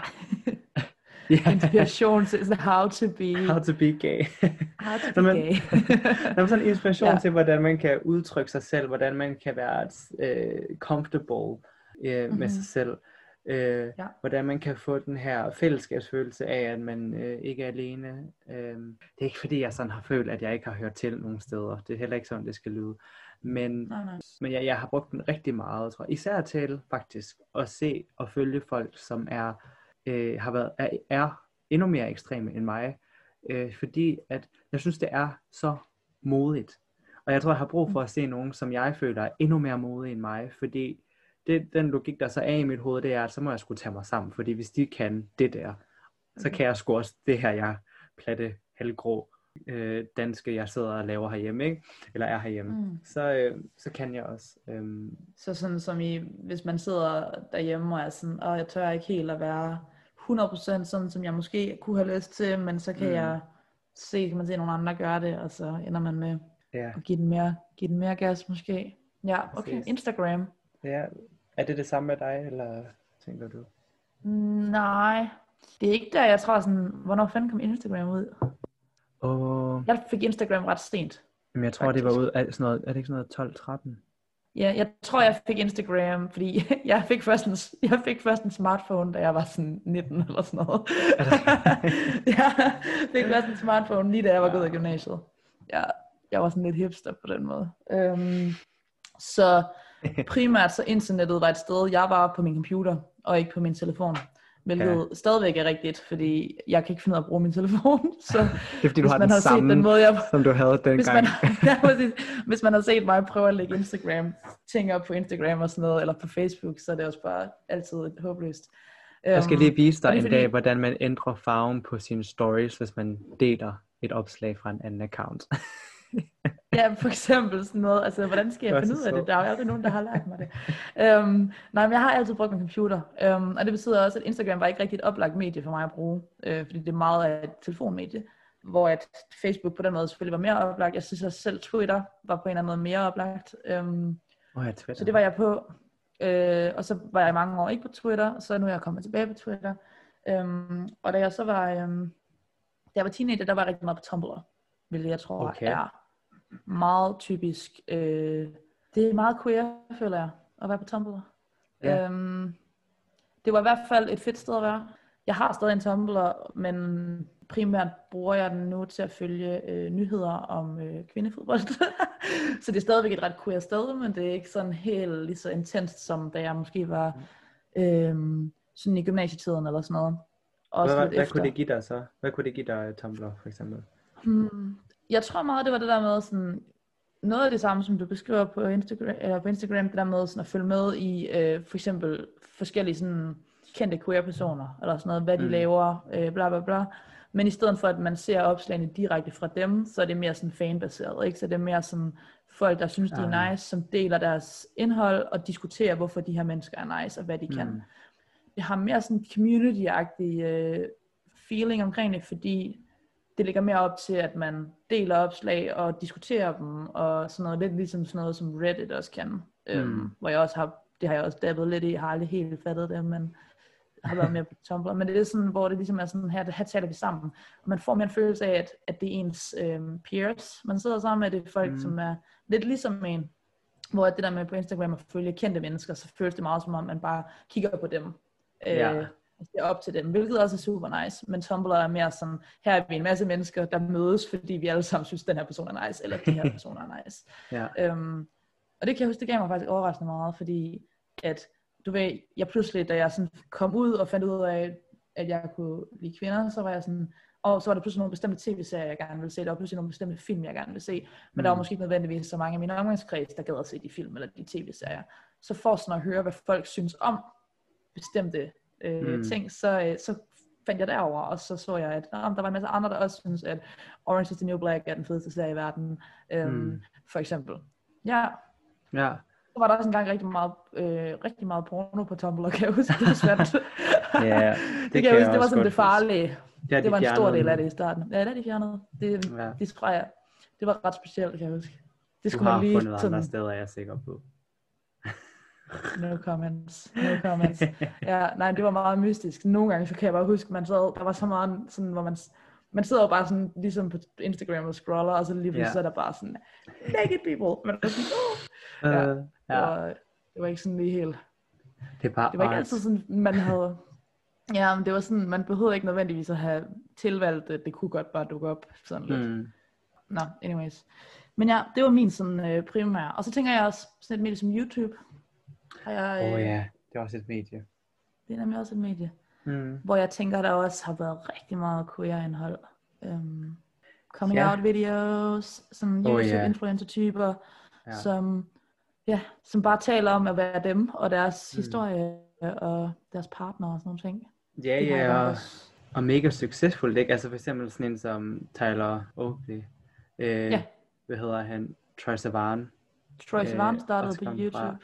Yeah. Inspiration til how to be how to be gay. How to be gay. Der er sådan en inspiration ja. til, hvordan man kan udtrykke sig selv, hvordan man kan være uh, comfortable uh, mm-hmm. med sig selv. Uh, ja. Hvordan man kan få den her fællesskabsfølelse af, at man uh, ikke er alene. Uh, det er ikke fordi, jeg sådan har følt, at jeg ikke har hørt til nogen steder. Det er heller ikke sådan, det skal lyde. Men, nej, nej. men jeg, jeg har brugt den rigtig meget, tror jeg. Især til faktisk at se og følge folk, som er Øh, har været, er, er endnu mere ekstreme end mig, øh, fordi at jeg synes, det er så modigt. Og jeg tror, jeg har brug for at se nogen, som jeg føler er endnu mere modige end mig, fordi det, den logik, der så er i mit hoved, det er, at så må jeg skulle tage mig sammen, fordi hvis de kan det der, så kan jeg sgu også det her, jeg platte, halvgrå øh, danske, jeg sidder og laver herhjemme, ikke? Eller er herhjemme, mm. så, øh, så kan jeg også. Øh... Så sådan som i, hvis man sidder derhjemme og er sådan, og jeg tør ikke helt at være hundrede procent sådan, som jeg måske kunne have lyst til, men så kan mm. jeg se, kan man se nogle andre gøre det, og så ender man med yeah. at give den mere, give den mere gas måske. Ja, okay, Præcis. Instagram. Ja, er det det samme med dig, eller tænker du? Nej, det er ikke der, jeg tror sådan, hvornår fanden kom Instagram ud? Oh. Jeg fik Instagram ret sent. Men jeg tror, faktisk. det var ud af sådan noget, er det ikke sådan noget tolv tretten? Ja, jeg tror, jeg fik Instagram, fordi jeg fik først en, jeg fik først en smartphone, da jeg var sådan nitten eller sådan noget. Jeg fik først en smartphone, lige da jeg var ja. gået i gymnasiet. Ja, jeg var sådan lidt hipster på den måde. Um, så primært så internettet var et sted, jeg var på min computer, og ikke på min telefon. Hvilket ja. stadigvæk er rigtigt, fordi jeg kan ikke finde ud af at bruge min telefon. Så det er fordi, du har den har samme, den måde, jeg, som du havde dengang. Hvis man, ja, præcis, hvis man har set mig prøve at lægge Instagram, ting op på Instagram og sådan noget, eller på Facebook, så er det også bare altid håbløst. Jeg skal lige vise dig en fordi... dag, hvordan man ændrer farven på sine stories, hvis man deler et opslag fra en anden account. Ja, for eksempel sådan noget. Altså, hvordan skal jeg finde ud af det? Der er jo aldrig nogen, der har lært mig det. Um, nej, men jeg har altid brugt min computer. Um, og det betyder også, at Instagram var ikke rigtig et oplagt medie for mig at bruge. Uh, fordi det er meget af et telefonmedie. Hvor at Facebook på den måde selvfølgelig var mere oplagt. Jeg synes, at selv Twitter var på en eller anden måde mere oplagt. Um, oh, ja, Twitter. Så det var jeg på. Uh, og så var jeg i mange år ikke på Twitter. Så nu er jeg kommet tilbage på Twitter. Um, og da jeg så var, um, da jeg var teenager, der var jeg rigtig meget på Tumblr. Hvilket jeg tror okay. er meget typisk. Øh, det er meget queer, føler jeg, at være på Tumblr. Ja. Øhm, det var i hvert fald et fedt sted at være. Jeg har stadig en Tumblr, men primært bruger jeg den nu til at følge øh, nyheder om øh, kvindefodbold. Så det er stadigvæk et ret queer sted, men det er ikke sådan helt lige så intenst, som da jeg måske var øh, sådan i gymnasietiden eller sådan noget. Også hvad, hvad kunne det give dig så? Hvad kunne det give dig Tumblr for eksempel? Hmm. Jeg tror meget, det var det der med sådan, noget af det samme, som du beskriver på Instagram, eller på Instagram, det der med sådan at følge med i øh, for eksempel forskellige sådan kendte queer-personer, eller sådan noget, hvad de mm. laver, øh, bla bla bla. Men i stedet for, at man ser opslagene direkte fra dem, så er det mere sådan fanbaseret, ikke? Så det er mere sådan folk, der synes, de er nice, som deler deres indhold, og diskuterer, hvorfor de her mennesker er nice, og hvad de mm. kan. Det har mere sådan community-agtig øh, feeling omkring det, fordi det ligger mere op til, at man deler opslag og diskuterer dem, og sådan noget, lidt ligesom sådan noget, som Reddit også kan. Mm. Øhm, hvor jeg også har, det har jeg også dabbet lidt i, jeg har aldrig helt fattet det, men har været mere på Tumblr. Men det er sådan, hvor det ligesom er sådan, her, her taler vi sammen. Og man får mere en følelse af, at, at det er ens øhm, peers. Man sidder sammen med, det folk, mm. som er lidt ligesom en, hvor det der med på Instagram at følge kendte mennesker, så føles det meget som om, man bare kigger på dem. Ja. Øh, det er op til dem, hvilket også er super nice, men Tumblr er mere sådan, her er vi en masse mennesker, der mødes, fordi vi alle sammen synes, den her person er nice, eller de her personer er nice. Ja. Øhm, og det kan jeg huske, det gav mig faktisk overraskende meget, fordi at, du ved, jeg pludselig, da jeg sådan kom ud og fandt ud af, at jeg kunne lide kvinder, så var jeg sådan, Og så var der pludselig nogle bestemte tv-serier, jeg gerne ville se. Der var pludselig nogle bestemte film, jeg gerne ville se. Men mm. der var måske ikke nødvendigvis så mange af mine omgangskreds, der gad at se de film eller de tv-serier. Så for sådan at høre, hvad folk synes om bestemte øh, mm. ting, så, øh, så fandt jeg derover, og så så jeg, at øh, der var en masse andre, der også synes, at Orange is the New Black er den fedeste serie i verden. Øhm, mm. For eksempel. Ja. Ja. Så var der også engang rigtig meget, øh, rigtig meget porno på Tumblr, kan jeg huske. Det var svært. Ja, det, det kan jeg huske, det var sådan det farlige. Ja, de det var en stor del af nu. det i starten. Ja, det er de fjernede. Det, ja. det tror jeg, det var ret specielt, kan jeg huske. Det skulle du har man lige fundet sådan... andre steder, jeg er sikker på. No comments. No comments. Ja, nej, det var meget mystisk. Nogle gange, så kan jeg bare huske, man sad, der var så meget sådan, hvor man, man sidder jo bare sådan, ligesom på Instagram og scroller, og så lige pludselig yeah. så er der bare sådan, naked people. Men det var sådan, oh. ja, det, var, det var ikke sådan lige helt. Det, er bare det var ikke altid sådan, man havde, ja, men det var sådan, man behøvede ikke nødvendigvis at have tilvalgt det, det kunne godt bare dukke op sådan lidt. Mm. Nå, anyways. Men ja, det var min sådan øh, primære. Og så tænker jeg også sådan et medie som YouTube. Åh øh, oh, ja, det er også et medie. Det er nemlig også et medie. Mm. Hvor jeg tænker, der også har været rigtig meget queer-indhold. Um, coming yeah. out videos, sådan oh, YouTube-influencer-typer, yeah. som, ja, som bare taler om at være dem, og deres mm. historie, og deres partner og sådan nogle ting. Ja, ja, yeah, og, og mega succesfuldt, ikke? Altså for eksempel sådan en som Tyler Oakley. Øh, yeah. Hvad hedder han? Troye Sivan. Troye Sivan startede på YouTube. Fra.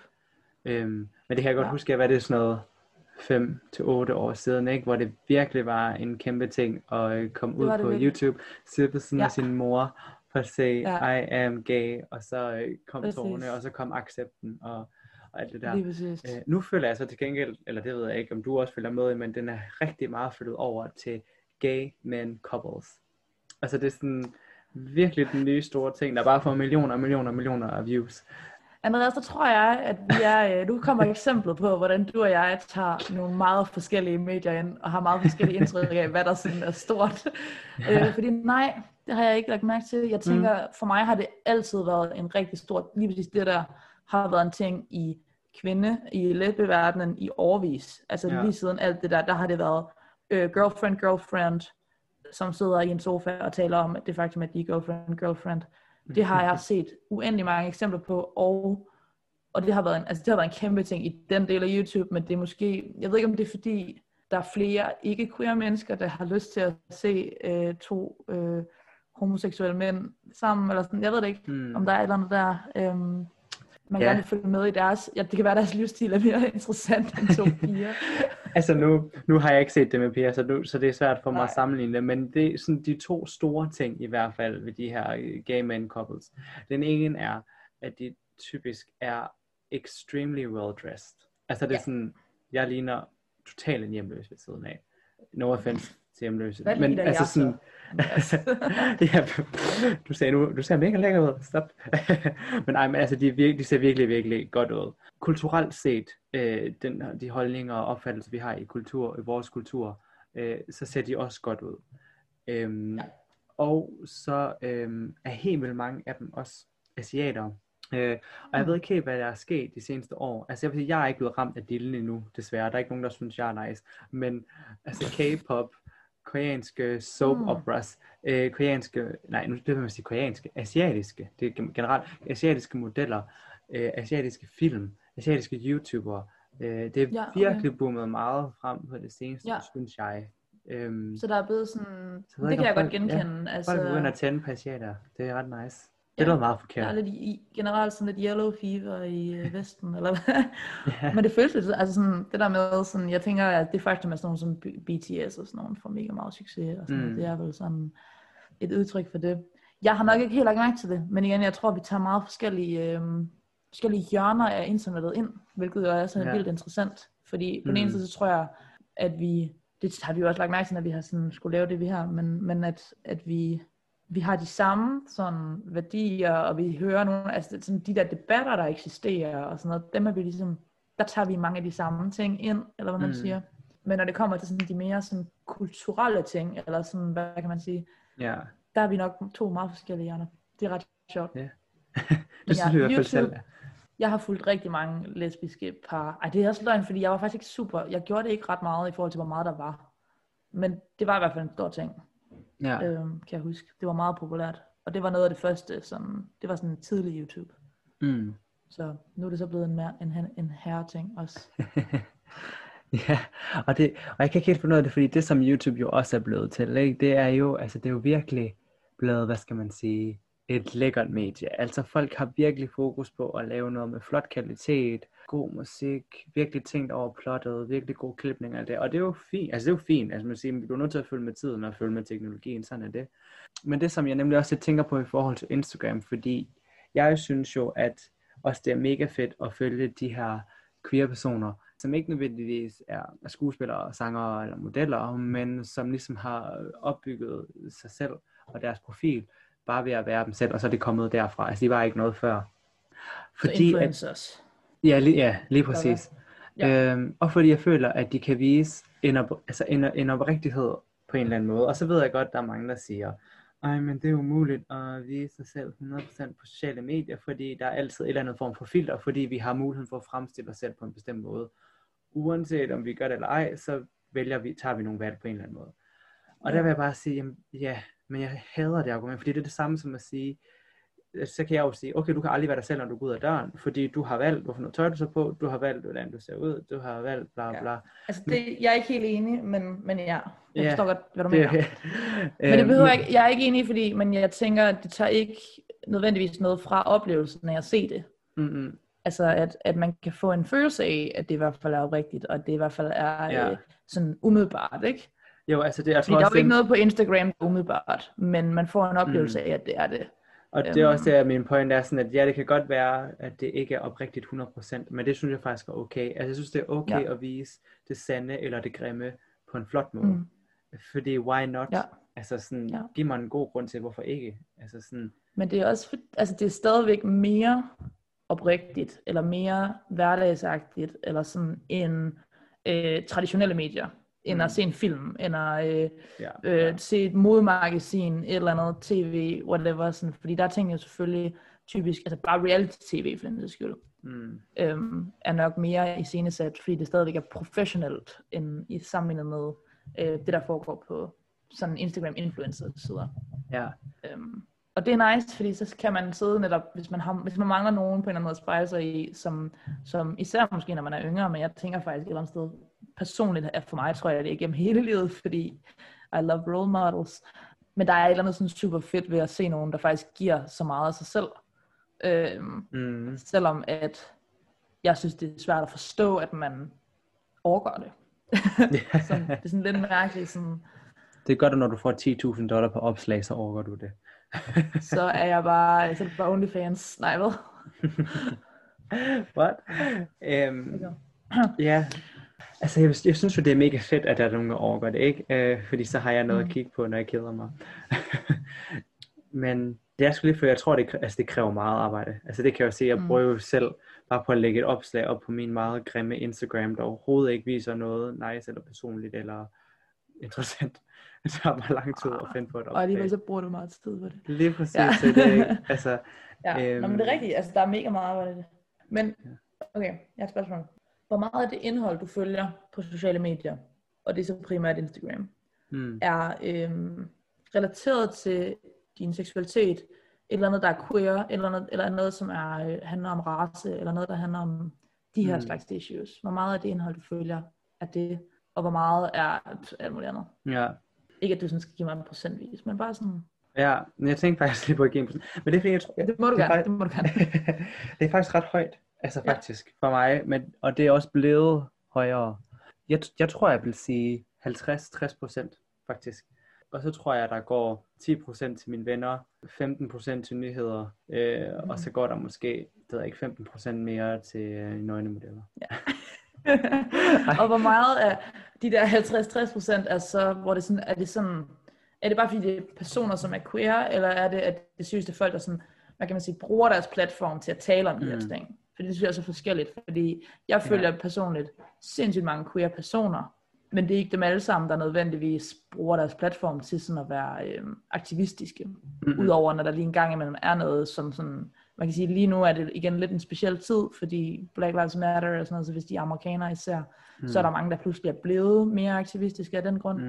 Øhm, men det kan jeg godt ja. huske, hvad det er sådan noget fem til otte år siden, ikke? Hvor det virkelig var en kæmpe ting at komme ud på virkelig. YouTube, sidde på siden ja. af sin mor for at se ja. I am gay, og så kom Præcis. tårerne, og så kom accepten og, og alt det der. Øh, nu føler jeg så til gengæld, eller det ved jeg ikke, om du også følger med i, men den er rigtig meget flyttet over til gay men couples. Altså det er sådan virkelig den nye store ting, der bare får millioner og millioner og millioner af views. Andreas, så tror jeg, at vi er, nu kommer eksemplet på, hvordan du og jeg tager nogle meget forskellige medier ind, og har meget forskellige indtryk af, hvad der sådan er stort. Ja. Øh, fordi nej, det har jeg ikke lagt mærke til. Jeg tænker, mm. for mig har det altid været en rigtig stor, lige præcis det der, har været en ting i kvinde, i lesbeverdenen i årevis. Altså ja. lige siden alt det der, der har det været øh, girlfriend, girlfriend, som sidder i en sofa og taler om, at det faktum, at de er girlfriend, girlfriend. Det har jeg set uendelig mange eksempler på, og, og det, har været en, altså det har været en kæmpe ting i den del af YouTube, men det er måske, jeg ved ikke om det er fordi, der er flere ikke-queer mennesker, der har lyst til at se øh, to øh, homoseksuelle mænd sammen, eller sådan, jeg ved det ikke, hmm. om der er et eller andet der, øh, man yeah. gerne vil følge med i deres, ja, det kan være, deres livsstil er mere interessant end to piger. Altså nu, nu har jeg ikke set det med piger, så, nu, så det er svært for mig Nej. at sammenligne det, men det er sådan de to store ting i hvert fald ved de her gay men couples. Den ene er, at de typisk er extremely well dressed. Altså det er ja. sådan, jeg ligner totalt en hjemløs ved siden af. No offense til hjemløse. Hvad men altså sådan, ja, du sagde nu, du ser mega lækker ud. Stop. men nej, men altså de, virke, de ser virkelig, virkelig godt ud. Kulturelt set, øh, den, de holdninger og opfattelser vi har i kultur, i vores kultur, øh, så ser de også godt ud. Øhm, ja. Og så øh, er helt vildt mange af dem også asiater. Øh, og jeg ved ikke helt, hvad der er sket de seneste år. Altså jeg vil sige, jeg er ikke blevet ramt af dillen endnu, desværre. Der er ikke nogen, der synes, jeg er nice. Men altså K-pop, koreanske soap operas, mm. øh, koreanske, nej, nu det vil man sige koreanske, asiatiske, det er generelt asiatiske modeller, øh, asiatiske film, asiatiske YouTubere. Øh, det er ja, okay. virkelig boomet meget frem på det seneste, ja. synes jeg. Øhm, så der er blevet sådan, det kan jeg folk, godt genkende. Ja, altså, folk begynder at tænde på asiater, det er ret nice. Det er ja, meget forkert. Der er lidt i, generelt sådan lidt yellow fever i øh, Vesten, eller hvad? Yeah. Men det føles lidt, altså sådan, det der med, sådan, jeg tænker, at det faktum er sådan nogle som B T S og sådan nogle får mega meget succes, og sådan mm. det er vel sådan et udtryk for det. Jeg har nok ikke helt lagt mærke til det, men igen, jeg tror, vi tager meget forskellige, øh, forskellige hjørner af internettet ind, hvilket jo er sådan yeah. vildt interessant, fordi på mm. den ene side, så tror jeg, at vi, det har vi jo også lagt mærke til, at vi har sådan skulle lave det, vi har, men, men at, at vi... vi har de samme sådan værdier, og vi hører nogle, altså sådan de der debatter, der eksisterer, og sådan noget, dem er vi ligesom, der tager vi mange af de samme ting ind, eller hvad man mm. siger. Men når det kommer til sådan de mere sådan kulturelle ting, eller sådan, hvad kan man sige, yeah. der er vi nok to meget forskellige hjerner. Det er ret sjovt. Yeah. det synes jeg i hvert fald selv. Jeg har fulgt rigtig mange lesbiske par. Ej, det er også løgn, fordi jeg var faktisk ikke super, jeg gjorde det ikke ret meget i forhold til, hvor meget der var. Men det var i hvert fald en stor ting. Ja. øhm, kan jeg huske. Det var meget populært. Og det var noget af det første, som, det var sådan en tidlig YouTube. Mm. Så nu er det så blevet en, mer- en, en herreting også. Ja, og, det, og jeg kan ikke helt finde ud af det, fordi det som YouTube jo også er blevet til, ikke? Det er jo, altså det er jo virkelig blevet, hvad skal man sige, et lækkert medie. Altså folk har virkelig fokus på at lave noget med flot kvalitet, god musik, virkelig tænkt over plottet, virkelig gode klipninger af det, og det er jo fint, altså det er jo fint, altså man siger, du er nødt til at følge med tiden og følge med teknologien, sådan er det. Men det som jeg nemlig også tænker på i forhold til Instagram, fordi jeg synes jo, at også det er mega fedt at følge de her queer personer, som ikke nødvendigvis er skuespillere, sangere eller modeller, men som ligesom har opbygget sig selv og deres profil, bare ved at være dem selv, og så er det kommet derfra. Altså de var ikke noget før. Fordi, så influencers. At, ja, lige, ja, lige præcis. Ja. Øhm, og fordi jeg føler, at de kan vise en, op, altså en, en oprigtighed på en eller anden måde. Og så ved jeg godt, at der er mange, der siger, ej, men det er umuligt at vise sig selv hundrede procent på sociale medier, fordi der er altid en eller anden form for filter, fordi vi har muligheden for at fremstille os selv på en bestemt måde. Uanset om vi gør det eller ej, så vælger vi, tager vi nogle valg på en eller anden måde. Og ja. Der vil jeg bare sige, jamen, ja, men jeg hader det argument, fordi det er det samme som at sige, så kan jeg jo sige, okay, du kan aldrig være dig selv, når du går ud af døren, fordi du har valgt, hvorfor noget tøj du så på, du har valgt, hvordan du ser ud, du har valgt, bla bla. Ja. Altså, det, jeg er ikke helt enig, men, men ja, jeg ja, forstår godt, hvad du mener. Det, men det behøver ikke, jeg er ikke enig, fordi, men jeg tænker, at det tager ikke nødvendigvis noget fra oplevelsen af at se det. Mm-hmm. Altså, at, at man kan få en følelse af, at det i hvert fald er oprigtigt, og at det i hvert fald er ja. øh, sådan umiddelbart, ikke? Jo, altså det, jeg tror fordi der er jo det... ikke noget på Instagram, der er umiddelbart, men man får en oplevelse mm. af, at det er det. Og det er også det, min point er sådan, at ja, det kan godt være, at det ikke er oprigtigt hundrede procent, men det synes jeg faktisk er okay. Altså jeg synes, det er okay ja. At vise det sande eller det grimme på en flot måde. Mm. Fordi why not? Ja. Altså sådan, ja. Giv mig en god grund til, hvorfor ikke? Altså sådan... Men det er også, altså det er stadigvæk mere oprigtigt, eller mere hverdagsagtigt, eller sådan en øh, traditionelle medier, end mm. at se en film, end at øh, ja, ja. Øh, se et modemagasin, et eller andet tv, whatever, sådan, fordi der tænker jeg selvfølgelig typisk, altså bare reality-tv for den skyld, mm. øhm, er nok mere iscenesat, fordi det stadigvæk er professionelt, end i sammenlignet med øh, det, der foregår på sådan Instagram-influencer-sider. Ja. Øhm, og det er nice, fordi så kan man sidde netop, hvis man, har, hvis man mangler nogen på en eller anden måde at spejle sig i, som, som især måske når man er yngre, men jeg tænker faktisk et eller andet sted, personligt er for mig, tror jeg, det er igennem hele livet, fordi I love role models. Men der er et eller andet sådan super fedt ved at se nogen, der faktisk giver så meget af sig selv. Øhm, mm. Selvom at jeg synes, det er svært at forstå, at man overgår det. sådan, det er sådan lidt mærkeligt. Sådan, det er godt, at når du får ti tusind dollar på opslag, så overgår du det. så er jeg bare, så er det bare OnlyFans. Nej, hvad? What? Um, ja, altså jeg, jeg synes jo, det er mega fedt, at der er nogen, der overgår det, ikke? Uh, fordi så har jeg noget mm. at kigge på, når jeg keder mig. Men det er sgu lidt, for jeg tror, det, altså, det kræver meget arbejde. Altså det kan jeg jo se, jeg bruger jo selv bare på at lægge et opslag op på min meget grimme Instagram, der overhovedet ikke viser noget nice eller personligt eller interessant. Det tager bare lang tid at finde på et opslag. Og alligevel så bruger du meget tid på det. Lige præcis, ja. Så det ikke. Altså, ja, øhm... Nå, men det er rigtigt. Altså der er mega meget arbejde i det. Men, okay, jeg har et spørgsmål. Hvor meget af det indhold, du følger på sociale medier, og det er så primært Instagram, hmm. er øhm, relateret til din seksualitet, et eller andet, der er queer, eller noget, eller noget som er, øh, handler om race, eller noget, der handler om de her hmm. slags issues. Hvor meget af det indhold, du følger, er det, og hvor meget er alt muligt andet? Ja. Ikke at du sådan skal give mig en procentvis, men bare sådan... Ja, men jeg tænkte faktisk lige på at give en procent. Men det er fordi, jeg tror... Det må du gerne, det må du gerne. Det er faktisk ret højt, altså faktisk, ja. For mig. Men, og det er også blevet højere. Jeg, jeg tror, jeg vil sige halvtreds til tres procent, faktisk. Og så tror jeg, der går ti procent til mine venner, femten procent til nyheder, øh, mm. og så går der måske, det ved jeg ikke, femten procent mere til øh, nøgnemodeller. Ja. Og hvor meget af de der halvtreds til tres procent er så, hvor det sådan, er det sådan, er det bare fordi det er personer, som er queer, eller er det, at det synes, det er folk, der sådan, hvad kan man sige, bruger deres platform til at tale om de her ting? Fordi det synes jeg er så forskelligt, fordi jeg følger ja. personligt sindssygt mange queer personer, men det er ikke dem alle sammen, der nødvendigvis bruger deres platform til sådan at være øh, aktivistiske. Mm-hmm. Udover når der lige en gang imellem er noget, som sådan, man kan sige, lige nu er det igen lidt en speciel tid, fordi Black Lives Matter og sådan noget, så hvis de er amerikanere især, mm. så er der mange, der pludselig er blevet mere aktivistiske af den grund. Mm.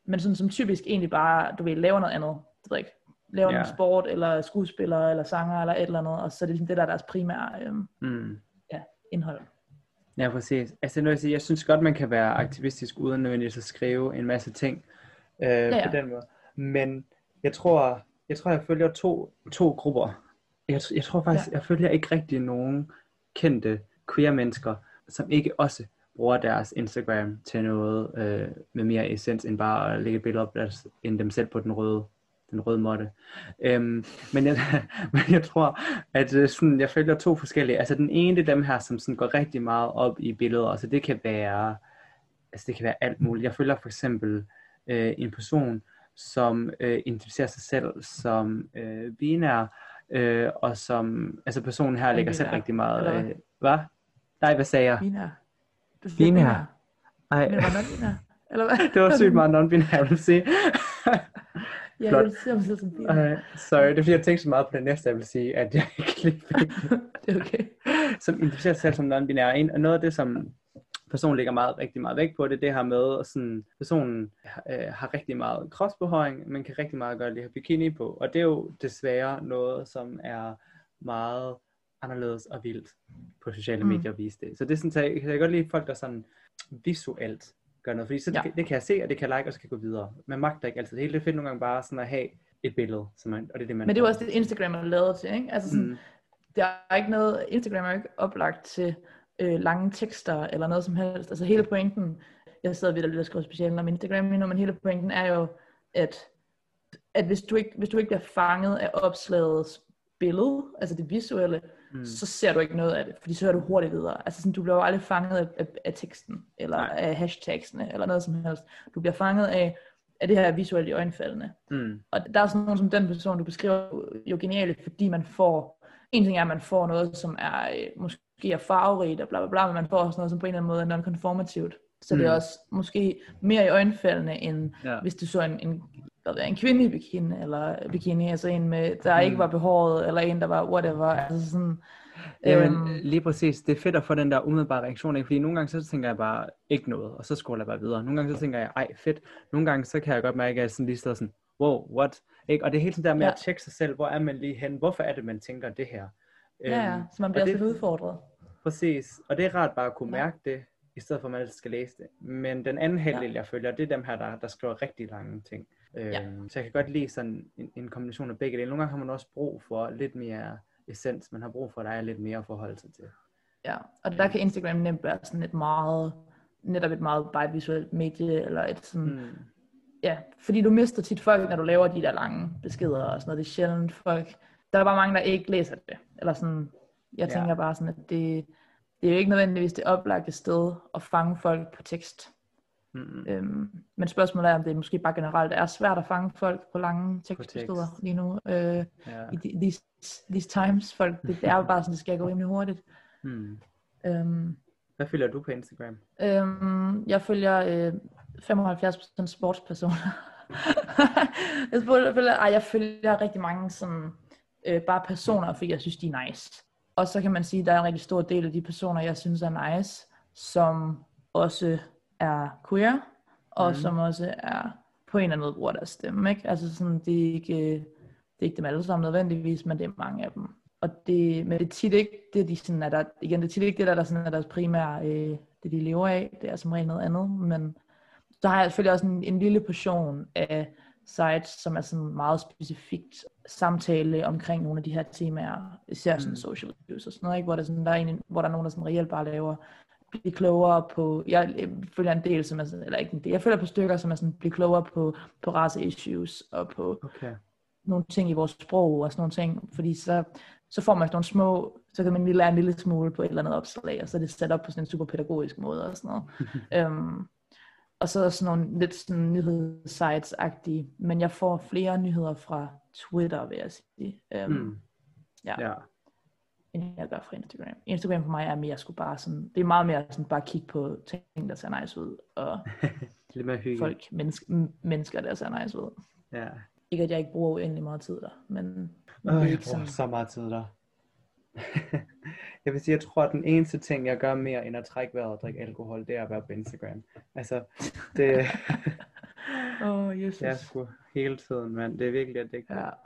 men sådan som typisk egentlig bare, du ved, laver noget andet, det ved jeg ikke, laver Ja. noget sport, eller skuespiller, eller sanger, eller et eller andet, og så er det ligesom det, der er deres primære øhm, Mm. ja, indhold. Ja, præcis. Altså, nu vil jeg sige, jeg synes godt, man kan være aktivistisk, uden nødvendigvis at skrive en masse ting øh, Ja, ja. på den måde. Men jeg tror, jeg tror, jeg følger to, to grupper. Jeg, jeg tror faktisk, Ja. jeg følger ikke rigtig nogen kendte queer-mennesker, som ikke også bruger deres Instagram til noget øh, med mere essens, end bare at lægge billeder op deres, end dem selv på den røde, den røde måtte. Øhm, men, jeg, men jeg tror, at øh, sådan, jeg følger to forskellige. Altså den ene, det er dem her, som sådan går rigtig meget op i billeder. Altså det kan være, altså det kan være alt muligt. Jeg følger for eksempel øh, en person, som øh, identificerer sig selv som øh, binær, øh, og som, altså personen her lægger selv rigtig meget. Øh, hvad? Nej, hvad sagde jeg? Binær. Du siger Binær. binær. Ej. Men det var non-binær, eller hvad? Det var sygt meget non-binær, jeg vil sige. Ja, Flot. jeg ser mig selv som binær. Uh, sorry, det er fordi, jeg tænkte så meget på det næste, jeg vil sige, at jeg ikke lige fik Det er okay. som identificerer sig selv som non-binær. En- Og noget af det, som personen lægger meget, rigtig meget vægt på, det er det her med, at sådan, personen øh, har rigtig meget kropsbehøjning, men kan rigtig meget godt lide at have bikini på. Og det er jo desværre noget, som er meget anderledes og vildt på sociale Mm. medier at vise det. Så det er sådan, så jeg kan godt lide folk, der sådan visuelt gør noget, fordi så Ja. det, det kan jeg se, og det kan jeg like, og så kan jeg gå videre. Man magter ikke altid. Helt det er fedt nogle gange bare sådan at have et billede, som man, og det er det, man Men det er jo også det, Instagram er lavet til, ikke? Altså sådan, Mm. der er ikke noget, Instagram er jo ikke oplagt til øh, lange tekster eller noget som helst. Altså hele pointen, jeg sidder ved at skrive specielt om Instagram lige nu, men hele pointen er jo, at, at hvis, du ikke, hvis du ikke bliver fanget af opslagets billede, altså det visuelle, mm. så ser du ikke noget af det, fordi så hører du hurtigt videre. Altså sådan, du bliver jo aldrig fanget af, af, af teksten, eller Nej. af hashtagsene, eller noget som helst. Du bliver fanget af, af det her visuelle i øjenfaldene. Mm. Og der er sådan nogen som den person, du beskriver, jo genialt, fordi man får, en ting er, at man får noget, som er øh, måske er farverigt og bla bla bla, men man får også noget, som på en eller anden måde er non-conformativt. Så mm. det er også måske mere i øjenfaldene, end Ja. hvis du så en, en, hvad ved jeg, en kvinde i bikini, eller bikini, altså en med, der Mm. ikke var behåret, eller en, der var whatever. Altså sådan, Jamen, øhm, lige præcis. Det er fedt at få den der umiddelbare reaktion, ikke? Fordi nogle gange så tænker jeg bare ikke noget, og så scroller jeg bare videre. Nogle gange så tænker jeg, ej fedt. Nogle gange så kan jeg godt mærke, at jeg sådan lige står sådan, wow, what? Ikke? Og det er helt sådan der med Ja. at tjekke sig selv, hvor er man lige hen? Hvorfor er det, man tænker det her? ja, ja, Øhm, så man og bliver det- sådan udfordret. Præcis. Og det er rart bare at kunne Ja. mærke det, i stedet for at man altid skal læse det. Men den anden halvdel, Ja. jeg følger, det er dem her, der, der skriver rigtig lange ting. Øhm, Ja. Så jeg kan godt lide sådan en, en kombination af begge dele. Nogle gange har man også brug for lidt mere essens. Man har brug for, at der er lidt mere at forholde sig til. Ja, og der kan Instagram nemt være sådan et meget, netop et meget bare et visuelt medie, eller et sådan, Mm. ja, fordi du mister tit folk, når du laver de der lange beskeder og sådan noget. Det er sjældent folk. Der er bare mange, der ikke læser det. Eller sådan, jeg Ja. tænker bare sådan, at det, det er jo ikke nødvendigvis det oplagte sted at fange folk på tekst. Mm. Øhm, men spørgsmålet er, om det måske bare generelt er svært at fange folk på lange tekstbeskeder tekst. lige nu. Øh, Ja. I de- these, these times. Folk, det, det er jo bare sådan, det skal gå rimelig hurtigt. Mm. Øhm, Hvad følger du på Instagram? Øhm, jeg følger øh, femoghalvfjerds procent sportspersoner. jeg, følger, jeg, følger, ej, jeg følger rigtig mange sådan, øh, bare personer, fordi jeg synes, de er nice. Og så kan man sige, at der er en rigtig stor del af de personer, jeg synes er nice, som også er queer, og Mhm. som også er på en eller anden måde bruger deres stemme. Ikke? Altså sådan, det er ikke, det er ikke dem alle sammen nødvendigvis, men det er mange af dem. Og det, men det er tit ikke det, de sådan er der, igen, det er tit ikke det, der, der sådan er deres primære, øh, det de lever af. Det er som regel noget andet, men så har jeg selvfølgelig også en, en lille portion af sites, som er sådan meget specifikt samtale omkring nogle af de her temaer, især sådan Mm. social issues og sådan noget, ikke? Hvor, der sådan, der er en, hvor der er nogen, der sådan reelt bare laver, blive klogere på, jeg, jeg følger en del, som er sådan, eller ikke en del, jeg følger på stykker, som er sådan, blive klogere på, på race issues og på Okay. nogle ting i vores sprog og sådan nogle ting, fordi så, så får man sådan nogle små, så kan man lige lære en lille smule på et eller andet opslag, og så er det sat op på sådan en super pædagogisk måde og sådan noget. øhm, og så er der sådan nogle lidt sådan nyhedssites-agtige, men jeg får flere nyheder fra Twitter, vil jeg sige, øhm, Mm. ja, Ja. end jeg gør fra Instagram. Instagram for mig er mere sgu bare sådan, det er meget mere sådan bare kigge på ting, der ser nice ud, og Lidt mere hygge. folk, menneske, mennesker, der ser nice ud. Ja. Ikke at jeg ikke bruger uendelig meget tid der, men, men Åh, det er jeg ikke bruger sådan. så meget tid der. Jeg vil sige, jeg tror, at den eneste ting, jeg gør mere end at trække vejret og drikke alkohol, det er at være på Instagram. Altså, det, Åh, oh, Jesus. Det er sgu hele tiden, mand. Det er virkelig addictive. Ja.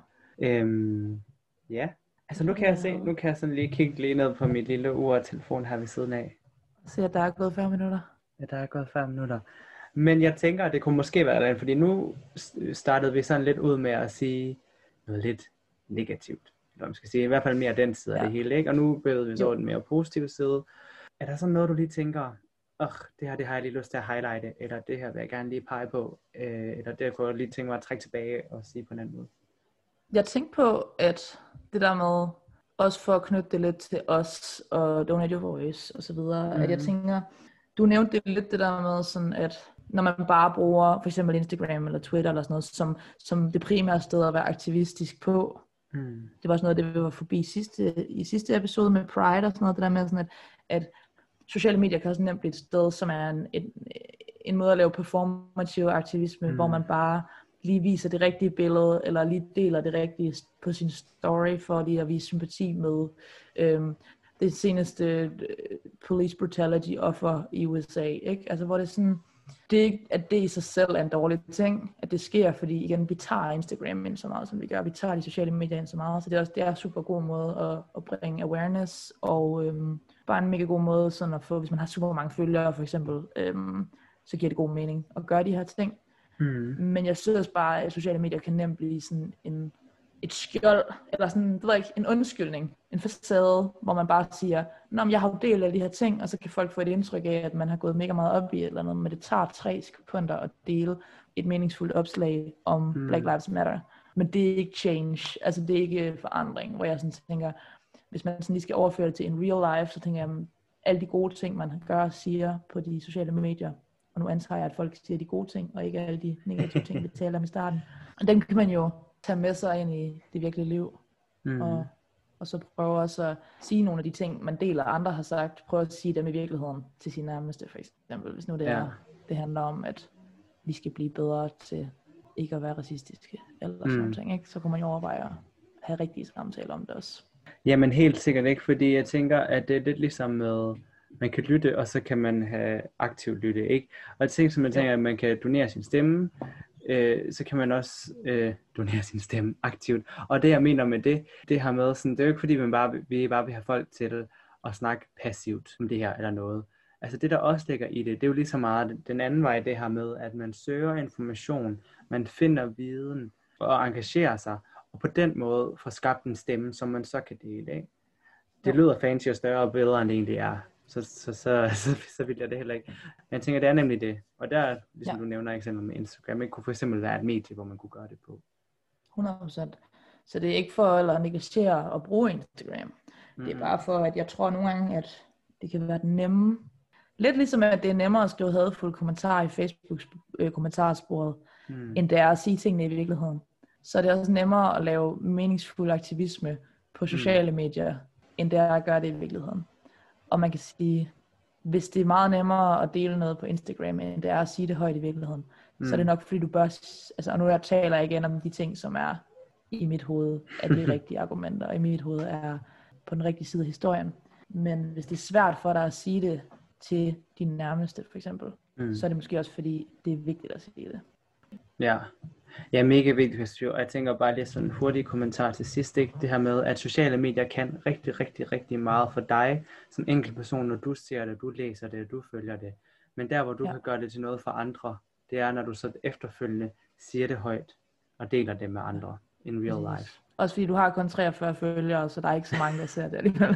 Øhm, ja. Altså nu kan jeg se, nu kan jeg sådan lige kigge lige ned på mit lille ur og telefon her ved siden af. Se, at der er gået fyrre minutter. Ja, der er gået fem minutter. Men jeg tænker, at det kunne måske være det, fordi nu startede vi sådan lidt ud med at sige noget lidt negativt. Eller man skal sige, i hvert fald mere den side ja. af det hele, ikke? Og nu bevæger vi så over den mere positive side. Er der sådan noget, du lige tænker, åh, det her det har jeg lige lyst til at highlighte, eller det her vil jeg gerne lige pege på, øh, eller det kunne jeg lige tænke mig at trække tilbage og sige på en anden måde? Jeg tænkte på, at det der med, også for at knytte det lidt til os, og Donate Your Voice, og så videre, mm. at jeg tænker, du nævnte det lidt det der med, sådan at når man bare bruger for eksempel Instagram eller Twitter eller sådan noget, som, som det primære sted at være aktivistisk på. Mm. Det var sådan noget, det vi var forbi sidste, i sidste episode med Pride og sådan noget, det der med sådan, at, at sociale medier kan også nemt blive et sted, som er en, en, en måde at lave performativ aktivisme, mm. hvor man bare lige viser det rigtige billede, eller lige deler det rigtige på sin story, for lige at vise sympati med øhm, det seneste police brutality offer i U S A, ikke? Altså hvor det er sådan, det er ikke, at det i sig selv er en dårlig ting, at det sker, fordi igen, vi tager Instagram ind så meget, som vi gør, vi tager de sociale medier ind så meget, så det er også, det er en super god måde at, at bringe awareness, og øhm, bare en mega god måde sådan at få, hvis man har super mange følgere for eksempel, øhm, så giver det god mening at gøre de her ting. Mm. Men jeg synes bare, at sociale medier kan nemt blive sådan en, et skjold, eller sådan, det ved jeg ikke, en undskyldning, en facade, hvor man bare siger, nå, men jeg har jo delt af de her ting, og så kan folk få et indtryk af, at man har gået mega meget op i eller noget, men det tager tre sekunder at dele et meningsfuldt opslag om mm. Black Lives Matter. Men det er ikke change, altså det er ikke forandring, hvor jeg sådan tænker, hvis man sådan lige skal overføre det til en real life, så tænker jeg, alle de gode ting, man gør og siger på de sociale medier, og nu antager jeg, at folk siger de gode ting, og ikke alle de negative ting, vi taler om i starten. Og dem kan man jo tage med sig ind i det virkelige liv, mm. og, og så prøve også at sige nogle af de ting, man deler, andre har sagt, prøve at sige dem i virkeligheden til sine nærmeste, for eksempel. Hvis nu det, er, ja. det handler om, at vi skal blive bedre til ikke at være racistiske, eller mm. sådan noget, ikke? Så kunne man jo overveje at have rigtige samtaler om det også. Jamen helt sikkert ikke, fordi jeg tænker, at det er lidt ligesom med, man kan lytte, og så kan man have aktivt lytte, ikke? Og jeg tænker, som man tænker, at man kan donere sin stemme, øh, så kan man også øh, donere sin stemme aktivt. Og det jeg mener med det, det har med sådan, det er jo ikke fordi, man bare, vi bare vil have folk til at snakke passivt om det her eller noget. Altså det der også ligger i det, det er jo lige så meget den anden vej, det her med, at man søger information, man finder viden og engagerer sig, og på den måde får skabt en stemme, som man så kan dele, ikke? Det lyder fancy og større og bedre, end det egentlig er. Så, så, så, så, så vil jeg det heller ikke. Men jeg tænker, det er nemlig det. Og der, ligesom ja. du nævner eksempel med Instagram, ikke kunne for eksempel være et medie, hvor man kunne gøre det på. hundrede procent. Så det er ikke for at negligere at bruge Instagram. Mm. Det er bare for, at jeg tror nogle gange, at det kan være den nemme. Lidt ligesom, at det er nemmere at skrive hadefulde kommentarer i Facebooks øh, kommentarsporet, mm. end det er at sige tingene i virkeligheden. Så er det også nemmere at lave meningsfuld aktivisme på sociale mm. medier, end det er at gøre det i virkeligheden. Og man kan sige, hvis det er meget nemmere at dele noget på Instagram, end det er at sige det højt i virkeligheden, mm. så er det nok fordi du bør, altså, og nu jeg taler jeg igen om de ting, som er i mit hoved, er de rigtige argumenter, og i mit hoved er på den rigtige side af historien. Men hvis det er svært for dig at sige det til dine nærmeste, for eksempel, mm. så er det måske også fordi, det er vigtigt at sige det. Ja, ja, mega vigtigt, og jeg tænker bare lige sådan en hurtig kommentar til sidst, ikke? Det her med, at sociale medier kan rigtig, rigtig, rigtig meget for dig, som enkel person, når du ser det, du læser det, du følger det. Men der, hvor du ja. kan gøre det til noget for andre, det er, når du så efterfølgende siger det højt, og deler det med andre in real life. Også fordi du har kun treogfyrre følgere, så der er ikke så mange, der ser det alligevel.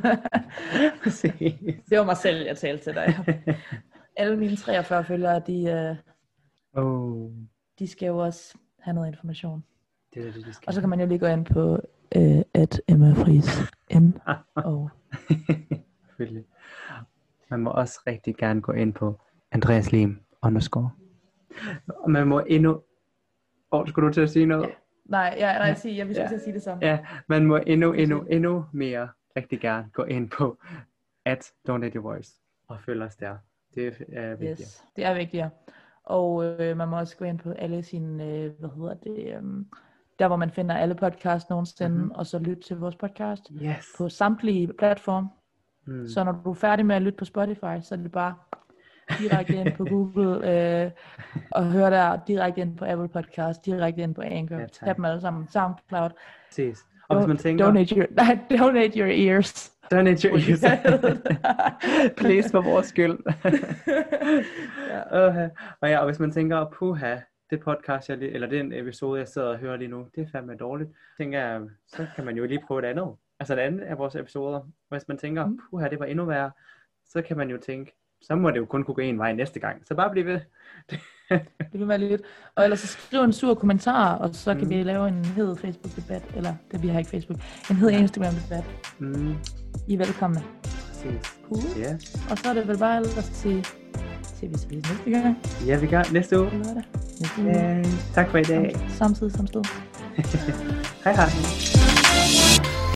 Det var mig selv, jeg talte til dig. Alle mine treogfyrre følgere, de... Uh... Oh. De skal jo også have noget information. Det er det, de skal. Og så kan man jo lige gå ind på uh, at Emma Friis M O. Selvfølgelig. Man må også rigtig gerne gå ind på Andreas Lim underscore. Og man må endnu... Åh, oh, skulle du til at sige noget? Ja. Nej, ja, nej, sige, jeg vil ja. til at sige det samme. Ja, man må endnu, endnu, endnu mere rigtig gerne gå ind på at Donate Your Voice og følge os der. Det er vigtigt. Yes, det er vigtigt. Og øh, man må også gå ind på alle sine, øh, hvad hedder det, øh, der hvor man finder alle podcasts nogensinde, mm-hmm. og så lytte til vores podcast yes. på samtlige platforme. Mm. Så når du er færdig med at lytte på Spotify, så er det bare direkte ind på Google, øh, og hør der direkte ind på Apple Podcast, direkte ind på Anchor. Ja, Tag dem alle sammen. SoundCloud. Præcis. Og hvis man tænker... Donate your, nej, donate your ears. Donate your ears. Please, for vores skyld. ja. uh, og ja, og hvis man tænker, puha, det podcast, jeg lige, eller den episode, jeg sidder og hører lige nu, det er fandme dårligt. Tænker jeg, så kan man jo lige prøve et andet. Altså et andet af vores episoder. Hvis man tænker, puha, det var endnu værre, så kan man jo tænke, så må det jo kun kunne gå en vej næste gang. Så bare bliv ved. Det vil være lidt. Og ellers så skriv en sur kommentar, og så kan mm. vi lave en hed Facebook-debat, eller det vi har ikke Facebook, en hed Instagram-debat. Mm. I er velkomne. Præcis. Cool. Yeah. Og så er det vel bare ellers til, til vi ses næste gang. Ja, vi gør næste uge. Næste uge. Yay. Tak for i dag. Samtidig, samtidig. Hej hej.